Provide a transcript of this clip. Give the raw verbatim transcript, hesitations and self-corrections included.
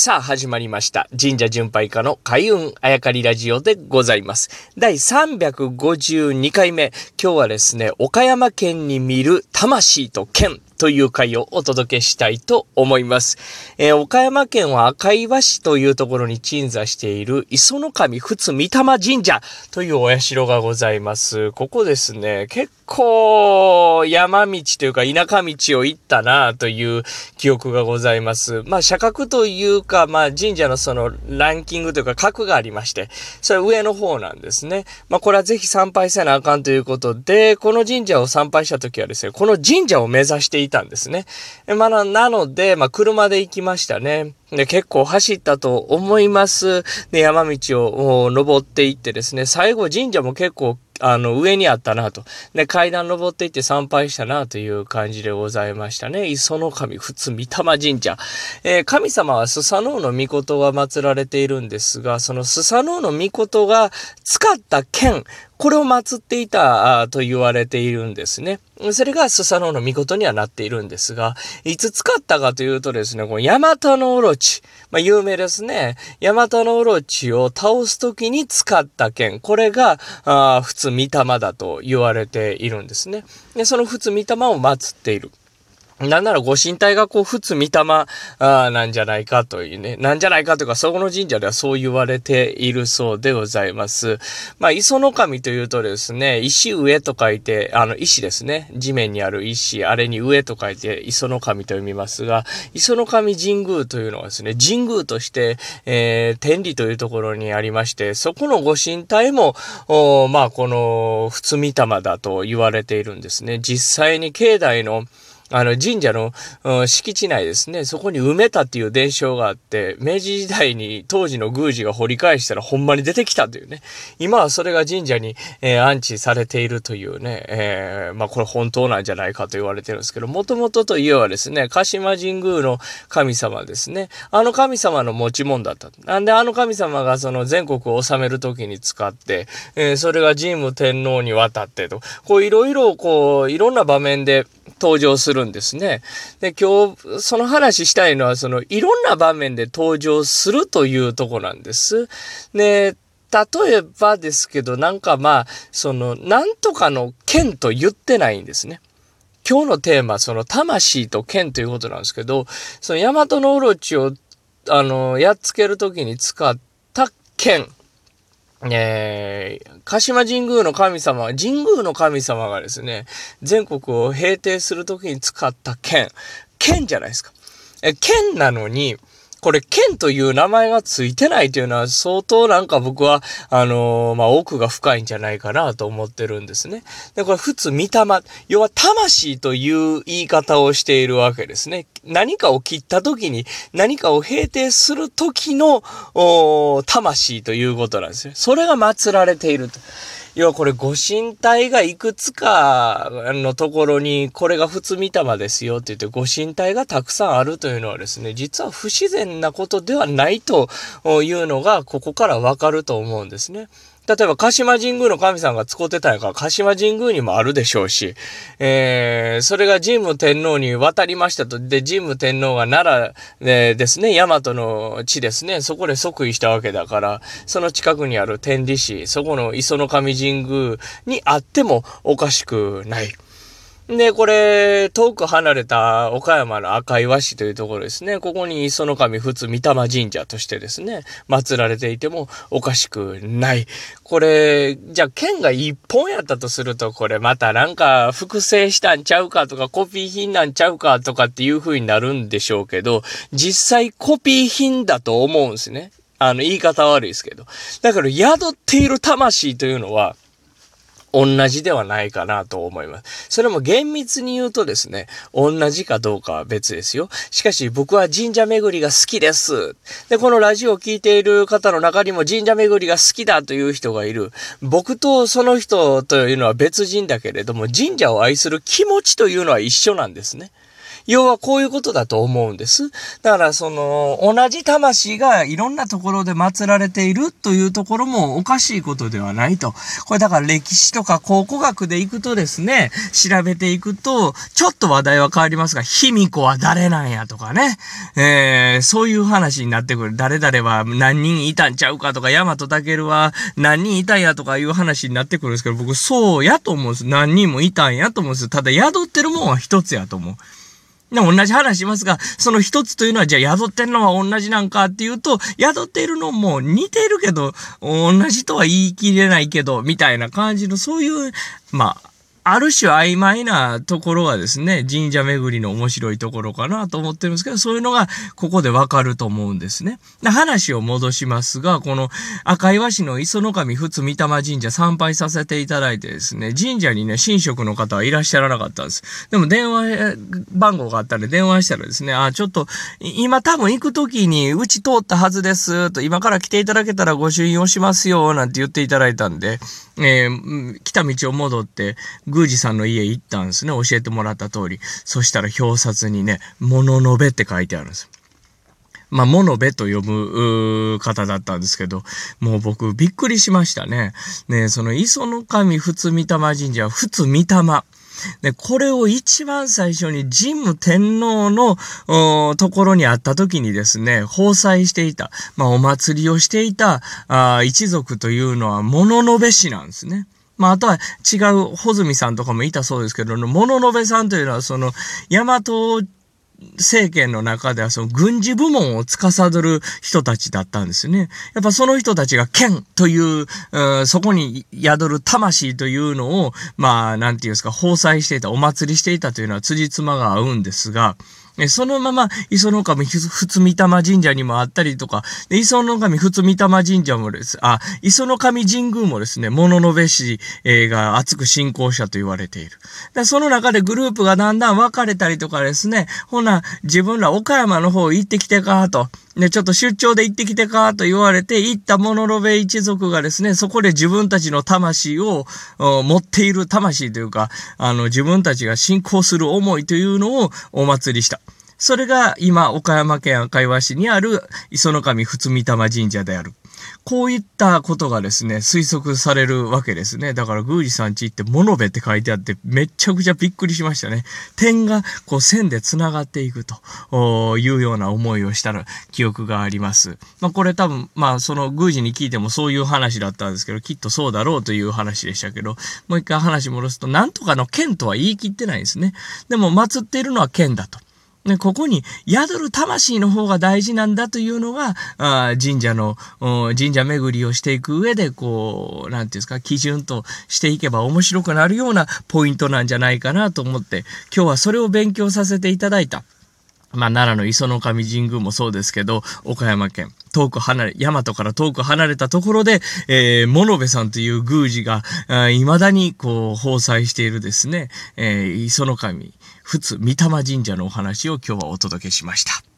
さあ始まりました。神社巡拝家の開運あやかりラジオでございます。だいさんびゃくごじゅうにかいめ。今日はですね、岡山県に見る魂と剣という回をお届けしたいと思います。えー、岡山県は赤岩市というところに鎮座している磯の神仏御霊神社というお社がございます。ここですね、結構山道というか田舎道を行ったなという記憶がございます。まあ社格というか、まあ神社のそのランキングというか格がありまして、それは上の方なんですね。まあこれはぜひ参拝せなあかんということで、この神社を参拝した時はですね、この神社を目指していたんですね。まあな、なので、まあ車で行きましたね。で、結構走ったと思います。で、山道を登っていってですね、最後神社も結構あの、上にあったなと。で、階段登っていって参拝したなという感じでございましたね。磯の神仏御霊神社。えー、神様はスサノオノミコトが祀られているんですが、そのスサノオノミコトが使った剣、これを祀っていたと言われているんですね。それがスサノオノミコトにはなっているんですが、いつ使ったかというとですね、このヤマタノオロチ。まあ、有名ですね。ヤマタノオロチを倒すときに使った剣。これが、あ仏御霊だと言われているんですね。で、その仏御霊を祀っている。なんならご神体がこう、仏御霊あなんじゃないかというね。なんじゃないかというか、そこの神社ではそう言われているそうでございます。まあ、磯の神というとですね、石上と書いて、あの、石ですね。地面にある石、あれに上と書いて、磯の神と読みますが、磯の神神宮というのはですね、神宮として、えー、天理というところにありまして、そこのご神体も、まあ、この、仏御霊だと言われているんですね。実際に境内のあの神社の、うん、敷地内ですね、そこに埋めたっていう伝承があって、明治時代に当時の宮司が掘り返したらほんまに出てきたというね。今はそれが神社に、えー、安置されているというね、えー、まあこれ本当なんじゃないかと言われてるんですけど、もともとといえばですね、鹿島神宮の神様ですね。あの神様の持ち物だった。なんであの神様がその全国を治めるときに使って、えー、それが神武天皇に渡ってと、こういろいろこう、いろんな場面で登場するんですね。で、今日、その話したいのは、その、いろんな場面で登場するというとこなんです。で、例えばですけど、なんかまあ、その、なんとかの剣と言ってないんですね。今日のテーマ、その、魂と剣ということなんですけど、その、大和のオロチを、あの、やっつけるときに使った剣、えー、鹿島神宮の神様、神宮の神様がですね、全国を平定するときに使った剣。剣じゃないですか。え、剣なのに、これ剣という名前がついてないというのは相当なんか僕は、あのー、まあ、奥が深いんじゃないかなと思ってるんですね。で、これ、仏御霊、要は魂という言い方をしているわけですね。何かを切った時に、何かを平定する時の、魂ということなんですよ。それが祀られていると。要はこれご神体がいくつかのところにこれが仏御霊ですよって言ってご神体がたくさんあるというのはですね、実は不自然なことではないというのがここからわかると思うんですね。例えば、鹿島神宮の神さんが使ってたんやから、鹿島神宮にもあるでしょうし、えー、それが神武天皇に渡りましたと。で、神武天皇が奈良でですね、大和の地ですね、そこで即位したわけだから、その近くにある天理市、そこの磯の神神宮にあってもおかしくない。で、これ、遠く離れた岡山の赤岩市というところですね。ここに磯の神仏御霊神社としてですね、祀られていてもおかしくない。これ、じゃあ剣が一本やったとすると、これまたなんか複製したんちゃうかとかコピー品なんちゃうかとかっていう風になるんでしょうけど、実際コピー品だと思うんですね。あの、言い方悪いですけど。だから宿っている魂というのは、同じではないかなと思います。それも厳密に言うとですね、同じかどうかは別ですよ。しかし僕は神社巡りが好きです。で、このラジオを聞いている方の中にも神社巡りが好きだという人がいる。僕とその人というのは別人だけれども、神社を愛する気持ちというのは一緒なんですね。 要はこういうことだと思うんです。だからその、同じ魂がいろんなところで祀られているというところもおかしいことではないと。これだから歴史とか考古学でいくとですね、調べていくと、ちょっと話題は変わりますが、卑弥呼は誰なんやとかね、えー、そういう話になってくる。誰々は何人いたんちゃうかとか、大和武は何人いたんやとかいう話になってくるんですけど、僕そうやと思うんです。何人もいたんやと思うんです。ただ宿ってるもんは一つやと思う。でも同じ話しますが、その一つというのは、じゃあ宿ってるのは同じなんかっていうと、宿っているのも似ているけど、同じとは言い切れないけど、みたいな感じの、そういう、まあ、ある種曖昧なところがですね、神社巡りの面白いところかなと思ってるんですけど、そういうのがここでわかると思うんですね。で、話を戻しますが、この赤岩市の磯の神仏御霊神社参拝させていただいてですね、神社にね、神職の方はいらっしゃらなかったんです。でも電話番号があったんで電話したらですね、あ、ちょっと、今多分行く時にうち通ったはずですと、今から来ていただけたらご朱印をしますよ、なんて言っていただいたんで、えー、来た道を戻って、宮司さんの家行ったんですね。教えてもらった通り。そしたら表札にね、物のべって書いてあるんです。まあ、物べと呼ぶ方だったんですけど、もう僕びっくりしましたね。ね、その磯の神仏御霊神社は仏御霊。で、これを一番最初に神武天皇のところにあった時にですね、奉祭していた、まあ、お祭りをしていたあ一族というのは物のべ氏なんですね。まあ、あとは違う、穂積さんとかもいたそうですけど、物のべさんというのは、その、大和政権の中では、その、軍事部門を司る人たちだったんですよね。やっぱその人たちが剣という、うそこに宿る魂というのを、まあ、なんていうんですか、奉祭していた、お祭りしていたというのは、辻褄が合うんですが、そのまま、磯の神仏御霊神社にもあったりとか、磯の神仏御霊神社もです、あ、磯の神神宮もですね、物のべ氏が厚く信仰者と言われている。でその中でグループがだんだん分かれたりとかですね、ほな、自分ら岡山の方行ってきてか、と。で、ちょっと出張で行ってきてか、と言われて、行った物のべ一族がですね、そこで自分たちの魂を持っている魂というか、あの、自分たちが信仰する思いというのをお祭りした。それが今、岡山県赤岩市にある磯の神仏御霊神社である。こういったことがですね、推測されるわけですね。だから宮司さん家行って物べって書いてあってめっちゃくちゃびっくりしましたね。点がこう線で繋がっていくというような思いをしたら記憶があります。まあこれ多分、まあその宮司に聞いてもそういう話だったんですけど、きっとそうだろうという話でしたけど、もう一回話戻すと、なんとかの剣とは言い切ってないんですね。でも祀っているのは剣だと。ね、ここに宿る魂の方が大事なんだというのが、あ神社の、神社巡りをしていく上で、こう、なんていうんですか、基準としていけば面白くなるようなポイントなんじゃないかなと思って、今日はそれを勉強させていただいた。まあ、奈良の磯の神神宮もそうですけど、岡山県、遠く離れ、大和から遠く離れたところで、えー、物部さんという宮司が、未だにこう、奉祭しているですね、えー、磯の神、仏御霊神社のお話を今日はお届けしました。